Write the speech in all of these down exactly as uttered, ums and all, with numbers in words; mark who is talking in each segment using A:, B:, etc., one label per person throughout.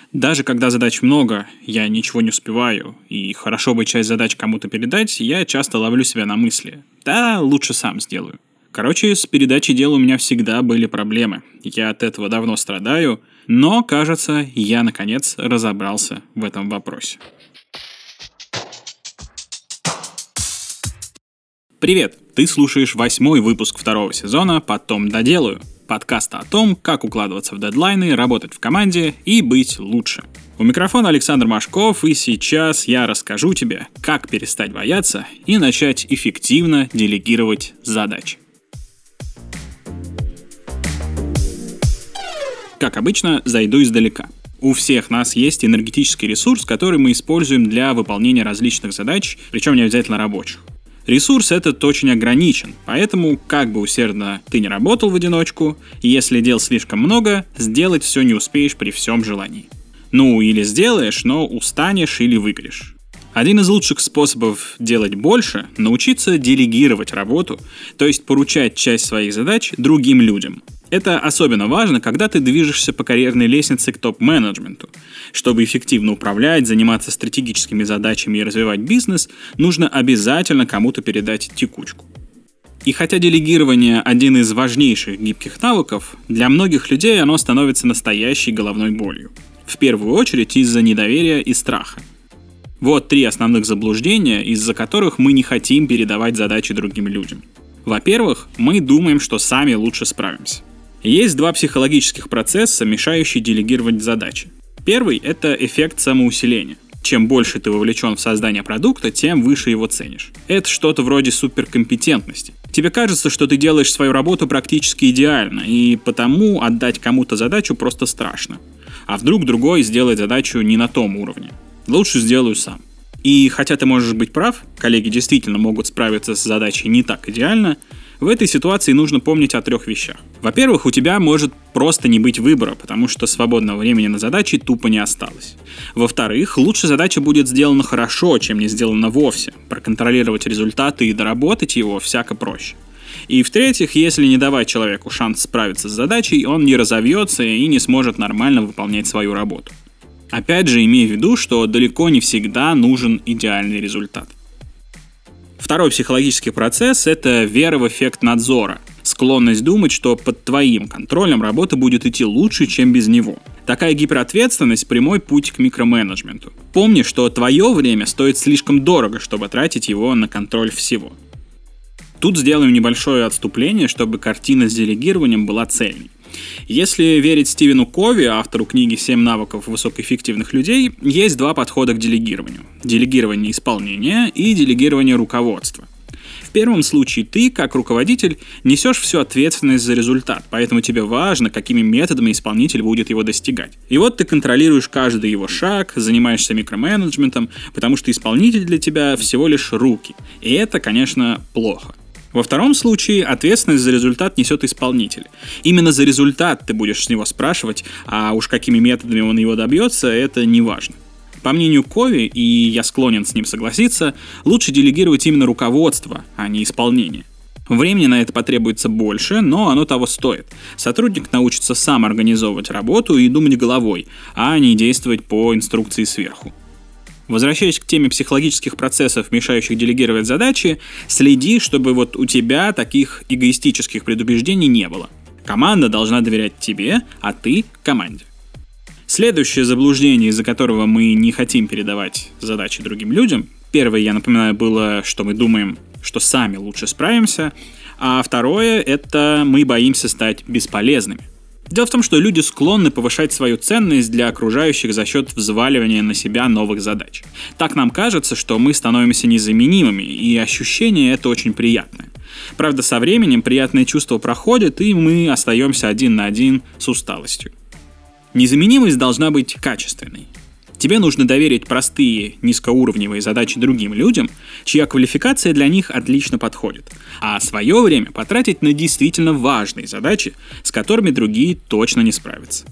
A: Даже когда задач много, я ничего не успеваю, и хорошо бы часть задач кому-то передать, я часто ловлю себя на мысли. Да, лучше сам сделаю. Короче, с передачей дел у меня всегда были проблемы. Я от этого давно страдаю, но, кажется, я, наконец, разобрался в этом вопросе. Привет! Ты слушаешь восьмой выпуск второго сезона «Потом доделаю». Подкаста о том, как укладываться в дедлайны, работать в команде и быть лучше. У микрофона Александр Машков, и сейчас я расскажу тебе, как перестать бояться и начать эффективно делегировать задачи. Как обычно, зайду издалека. У всех нас есть энергетический ресурс, который мы используем для выполнения различных задач, причем не обязательно рабочих. Ресурс этот очень ограничен, поэтому, как бы усердно ты не работал в одиночку, если дел слишком много, сделать все не успеешь при всем желании. Ну, или сделаешь, но устанешь или выгоришь. Один из лучших способов делать больше – научиться делегировать работу, то есть поручать часть своих задач другим людям. Это особенно важно, когда ты движешься по карьерной лестнице к топ-менеджменту. Чтобы эффективно управлять, заниматься стратегическими задачами и развивать бизнес, нужно обязательно кому-то передать текучку. И хотя делегирование – один из важнейших гибких навыков, для многих людей оно становится настоящей головной болью. В первую очередь из-за недоверия и страха. Вот три основных заблуждения, из-за которых мы не хотим передавать задачи другим людям. Во-первых, мы думаем, что сами лучше справимся. Есть два психологических процесса, мешающие делегировать задачи. Первый – это эффект самоусиления. Чем больше ты вовлечен в создание продукта, тем выше его ценишь. Это что-то вроде суперкомпетентности. Тебе кажется, что ты делаешь свою работу практически идеально, и потому отдать кому-то задачу просто страшно. А вдруг другой сделает задачу не на том уровне. Лучше сделаю сам. И хотя ты можешь быть прав, коллеги действительно могут справиться с задачей не так идеально, в этой ситуации нужно помнить о трех вещах. Во-первых, у тебя может просто не быть выбора, потому что свободного времени на задачи тупо не осталось. Во-вторых, лучше задача будет сделана хорошо, чем не сделана вовсе. Проконтролировать результаты и доработать его всяко проще. И в-третьих, если не давать человеку шанс справиться с задачей, он не разовьется и не сможет нормально выполнять свою работу. Опять же, имея в виду, что далеко не всегда нужен идеальный результат. Второй психологический процесс – это вера в эффект надзора. Склонность думать, что под твоим контролем работа будет идти лучше, чем без него. Такая гиперответственность – прямой путь к микроменеджменту. Помни, что твое время стоит слишком дорого, чтобы тратить его на контроль всего. Тут сделаем небольшое отступление, чтобы картина с делегированием была цельной. Если верить Стивену Кови, автору книги «семь навыков высокоэффективных людей», есть два подхода к делегированию. Делегирование исполнения и делегирование руководства. В первом случае ты, как руководитель, несешь всю ответственность за результат, поэтому тебе важно, какими методами исполнитель будет его достигать. И вот ты контролируешь каждый его шаг, занимаешься микроменеджментом, потому что исполнитель для тебя всего лишь руки. И это, конечно, плохо. Во втором случае ответственность за результат несет исполнитель. Именно за результат ты будешь с него спрашивать, а уж какими методами он его добьется, это не важно. По мнению Кови, и я склонен с ним согласиться, лучше делегировать именно руководство, а не исполнение. Времени на это потребуется больше, но оно того стоит. Сотрудник научится сам организовывать работу и думать головой, а не действовать по инструкции сверху. Возвращаясь к теме психологических процессов, мешающих делегировать задачи, следи, чтобы вот у тебя таких эгоистических предубеждений не было. Команда должна доверять тебе, а ты – команде. Следующее заблуждение, из-за которого мы не хотим передавать задачи другим людям. Первое, я напоминаю, было, что мы думаем, что сами лучше справимся, а второе – это мы боимся стать бесполезными. Дело в том, что люди склонны повышать свою ценность для окружающих за счет взваливания на себя новых задач. Так нам кажется, что мы становимся незаменимыми, и ощущение это очень приятное. Правда, со временем приятное чувство проходит, и мы остаемся один на один с усталостью. Незаменимость должна быть качественной. Тебе нужно доверить простые, низкоуровневые задачи другим людям, чья квалификация для них отлично подходит, а свое время потратить на действительно важные задачи, с которыми другие точно не справятся.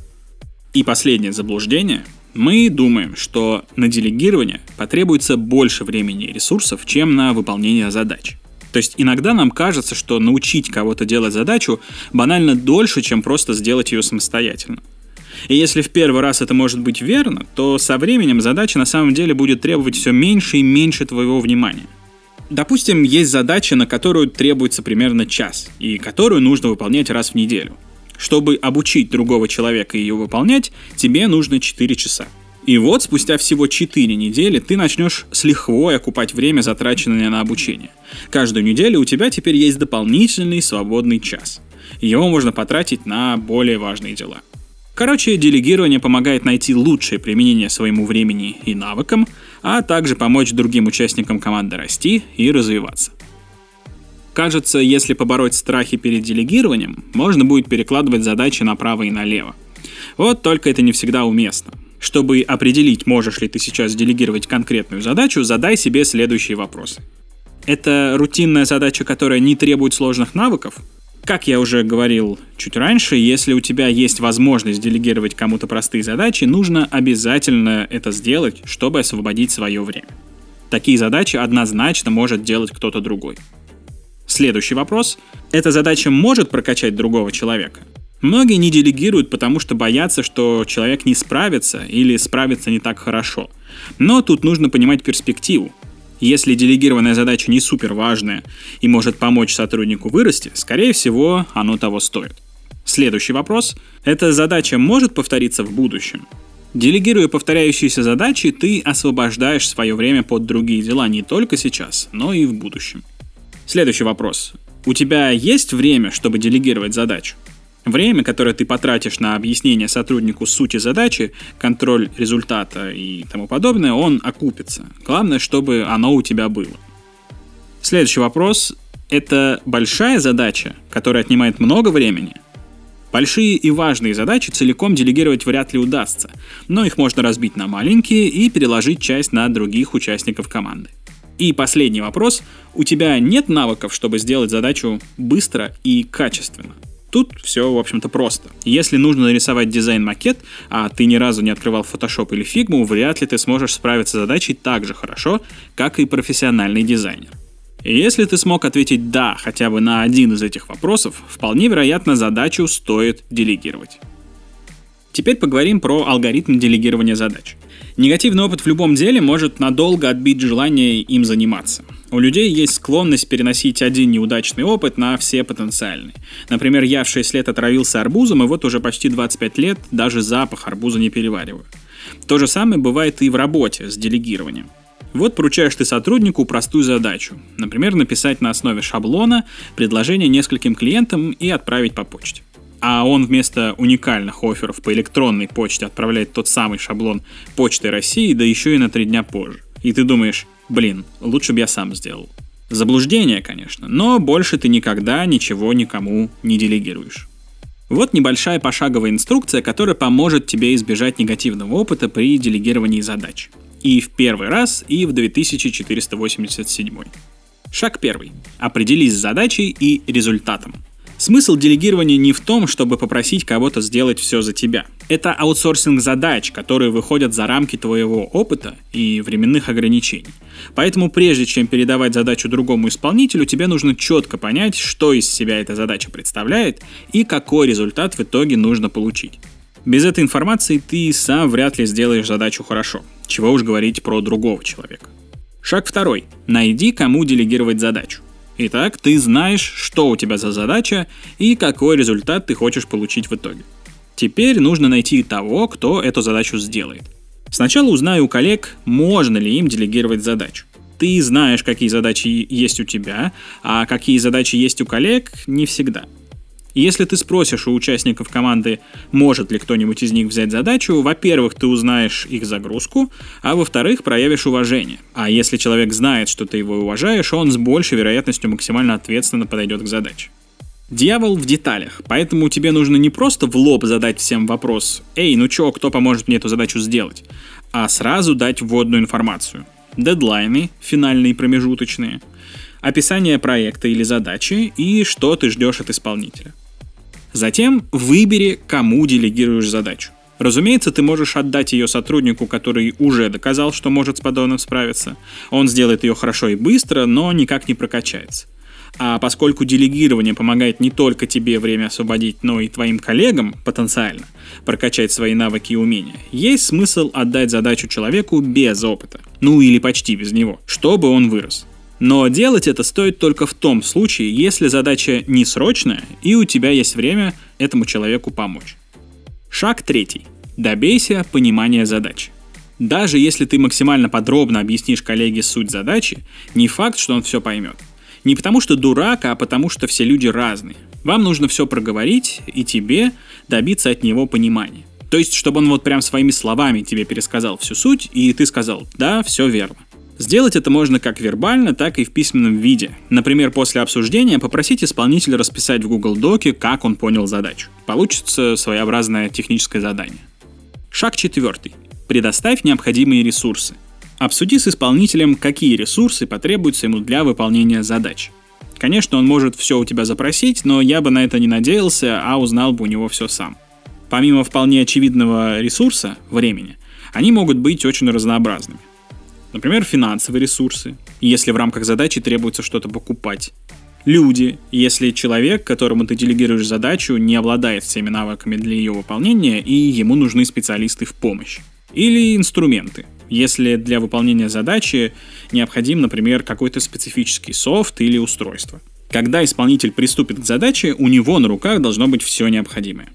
A: И последнее заблуждение. Мы думаем, что на делегирование потребуется больше времени и ресурсов, чем на выполнение задач. То есть иногда нам кажется, что научить кого-то делать задачу банально дольше, чем просто сделать ее самостоятельно. И если в первый раз это может быть верно, то со временем задача на самом деле будет требовать все меньше и меньше твоего внимания. Допустим, есть задача, на которую требуется примерно час, и которую нужно выполнять раз в неделю. Чтобы обучить другого человека ее выполнять, тебе нужно четыре часа. И вот спустя всего четыре недели ты начнешь с лихвой окупать время, затраченное на обучение. Каждую неделю у тебя теперь есть дополнительный свободный час. Его можно потратить на более важные дела. Короче, делегирование помогает найти лучшее применение своему времени и навыкам, а также помочь другим участникам команды расти и развиваться. Кажется, если побороть страхи перед делегированием, можно будет перекладывать задачи направо и налево. Вот только это не всегда уместно. Чтобы определить, можешь ли ты сейчас делегировать конкретную задачу, задай себе следующие вопросы. Это рутинная задача, которая не требует сложных навыков? Как я уже говорил чуть раньше, если у тебя есть возможность делегировать кому-то простые задачи, нужно обязательно это сделать, чтобы освободить свое время. Такие задачи однозначно может делать кто-то другой. Следующий вопрос. Эта задача может прокачать другого человека? Многие не делегируют, потому что боятся, что человек не справится или справится не так хорошо. Но тут нужно понимать перспективу. Если делегированная задача не супер важная и может помочь сотруднику вырасти, скорее всего, оно того стоит. Следующий вопрос. Эта задача может повториться в будущем? Делегируя повторяющиеся задачи, ты освобождаешь свое время под другие дела не только сейчас, но и в будущем. Следующий вопрос. У тебя есть время, чтобы делегировать задачу? Время, которое ты потратишь на объяснение сотруднику сути задачи, контроль результата и тому подобное, он окупится. Главное, чтобы оно у тебя было. Следующий вопрос. Это большая задача, которая отнимает много времени? Большие и важные задачи целиком делегировать вряд ли удастся, но их можно разбить на маленькие и переложить часть на других участников команды. И последний вопрос. У тебя нет навыков, чтобы сделать задачу быстро и качественно? Тут все, в общем-то, просто. Если нужно нарисовать дизайн-макет, а ты ни разу не открывал Photoshop или Figma, вряд ли ты сможешь справиться с задачей так же хорошо, как и профессиональный дизайнер. И если ты смог ответить «да» хотя бы на один из этих вопросов, вполне вероятно, задачу стоит делегировать. Теперь поговорим про алгоритм делегирования задач. Негативный опыт в любом деле может надолго отбить желание им заниматься. У людей есть склонность переносить один неудачный опыт на все потенциальные. Например, я в шесть лет отравился арбузом, и вот уже почти двадцать пять лет даже запах арбуза не перевариваю. То же самое бывает и в работе с делегированием. Вот поручаешь ты сотруднику простую задачу. Например, написать на основе шаблона предложение нескольким клиентам и отправить по почте. А он вместо уникальных офферов по электронной почте отправляет тот самый шаблон Почтой России, да еще и на три дня позже. И ты думаешь, блин, лучше бы я сам сделал. Заблуждение, конечно, но больше ты никогда ничего никому не делегируешь. Вот небольшая пошаговая инструкция, которая поможет тебе избежать негативного опыта при делегировании задач. И в первый раз, и в две тысячи четыреста восемьдесят седьмой. Шаг первый. Определись с задачей и результатом. Смысл делегирования не в том, чтобы попросить кого-то сделать все за тебя. Это аутсорсинг задач, которые выходят за рамки твоего опыта и временных ограничений. Поэтому прежде чем передавать задачу другому исполнителю, тебе нужно четко понять, что из себя эта задача представляет и какой результат в итоге нужно получить. Без этой информации ты сам вряд ли сделаешь задачу хорошо. Чего уж говорить про другого человека. Шаг второй. Найди, кому делегировать задачу. Итак, ты знаешь, что у тебя за задача и какой результат ты хочешь получить в итоге. Теперь нужно найти того, кто эту задачу сделает. Сначала узнай у коллег, можно ли им делегировать задачу. Ты знаешь, какие задачи есть у тебя, а какие задачи есть у коллег, не всегда. Если ты спросишь у участников команды, может ли кто-нибудь из них взять задачу, во-первых, ты узнаешь их загрузку, а во-вторых, проявишь уважение. А если человек знает, что ты его уважаешь, он с большей вероятностью максимально ответственно подойдет к задаче. Дьявол в деталях, поэтому тебе нужно не просто в лоб задать всем вопрос «Эй, ну чё, кто поможет мне эту задачу сделать?», а сразу дать вводную информацию. Дедлайны, финальные и промежуточные, описание проекта или задачи и что ты ждешь от исполнителя. Затем выбери, кому делегируешь задачу. Разумеется, ты можешь отдать ее сотруднику, который уже доказал, что может с подобным справиться. Он сделает ее хорошо и быстро, но никак не прокачается. А поскольку делегирование помогает не только тебе время освободить, но и твоим коллегам потенциально прокачать свои навыки и умения, есть смысл отдать задачу человеку без опыта, ну или почти без него, чтобы он вырос. Но делать это стоит только в том случае, если задача не срочная и у тебя есть время этому человеку помочь. Шаг третий. Добейся понимания задачи. Даже если ты максимально подробно объяснишь коллеге суть задачи, не факт, что он все поймет. Не потому что дурак, а потому что все люди разные. Вам нужно все проговорить, и тебе добиться от него понимания. То есть, чтобы он вот прям своими словами тебе пересказал всю суть, и ты сказал: да, все верно. Сделать это можно как вербально, так и в письменном виде. Например, после обсуждения попросить исполнителя расписать в Google Доке, как он понял задачу. Получится своеобразное техническое задание. Шаг четвертый. Предоставь необходимые ресурсы. Обсуди с исполнителем, какие ресурсы потребуются ему для выполнения задач. Конечно, он может все у тебя запросить, но я бы на это не надеялся, а узнал бы у него все сам. Помимо вполне очевидного ресурса, времени, они могут быть очень разнообразными. Например, финансовые ресурсы, если в рамках задачи требуется что-то покупать. Люди, если человек, которому ты делегируешь задачу, не обладает всеми навыками для ее выполнения и ему нужны специалисты в помощь. Или инструменты, если для выполнения задачи необходим, например, какой-то специфический софт или устройство. Когда исполнитель приступит к задаче, у него на руках должно быть все необходимое.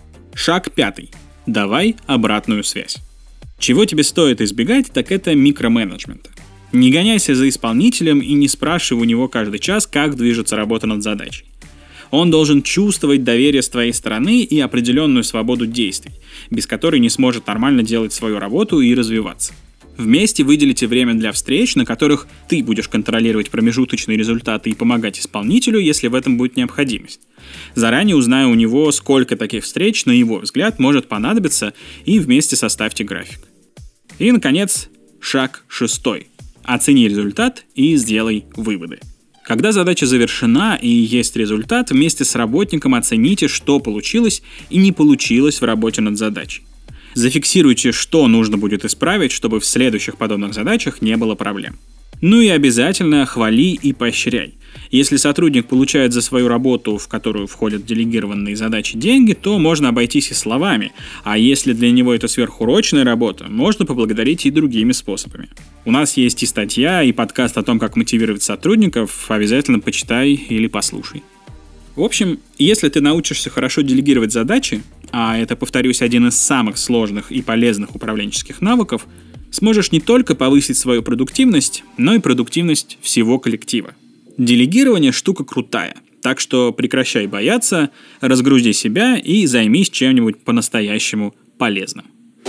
A: Шаг пятый. Давай обратную связь. Чего тебе стоит избегать, так это микроменеджмента. Не гоняйся за исполнителем и не спрашивай у него каждый час, как движется работа над задачей. Он должен чувствовать доверие с твоей стороны и определенную свободу действий, без которой не сможет нормально делать свою работу и развиваться. Вместе выделите время для встреч, на которых ты будешь контролировать промежуточные результаты и помогать исполнителю, если в этом будет необходимость. Заранее узнай у него, сколько таких встреч, на его взгляд, может понадобиться, и вместе составьте график. И, наконец, шаг шестой. Оцени результат и сделай выводы. Когда задача завершена и есть результат, вместе с работником оцените, что получилось и не получилось в работе над задачей. Зафиксируйте, что нужно будет исправить, чтобы в следующих подобных задачах не было проблем. Ну и обязательно хвали и поощряй. Если сотрудник получает за свою работу, в которую входят делегированные задачи, деньги, то можно обойтись и словами, а если для него это сверхурочная работа, можно поблагодарить и другими способами. У нас есть и статья, и подкаст о том, как мотивировать сотрудников, обязательно почитай или послушай. В общем, если ты научишься хорошо делегировать задачи, а это, повторюсь, один из самых сложных и полезных управленческих навыков, сможешь не только повысить свою продуктивность, но и продуктивность всего коллектива. Делегирование – штука крутая, так что прекращай бояться, разгрузи себя и займись чем-нибудь по-настоящему полезным.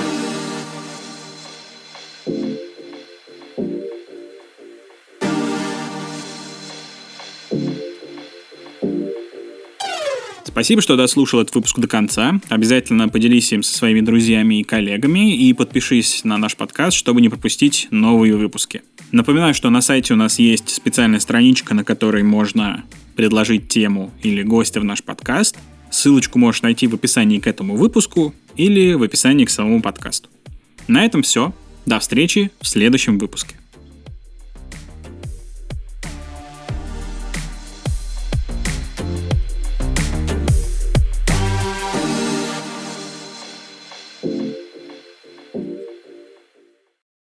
A: Спасибо, что дослушал этот выпуск до конца. Обязательно поделись им со своими друзьями и коллегами и подпишись на наш подкаст, чтобы не пропустить новые выпуски. Напоминаю, что на сайте у нас есть специальная страничка, на которой можно предложить тему или гостя в наш подкаст. Ссылочку можешь найти в описании к этому выпуску или в описании к самому подкасту. На этом все. До встречи в следующем выпуске.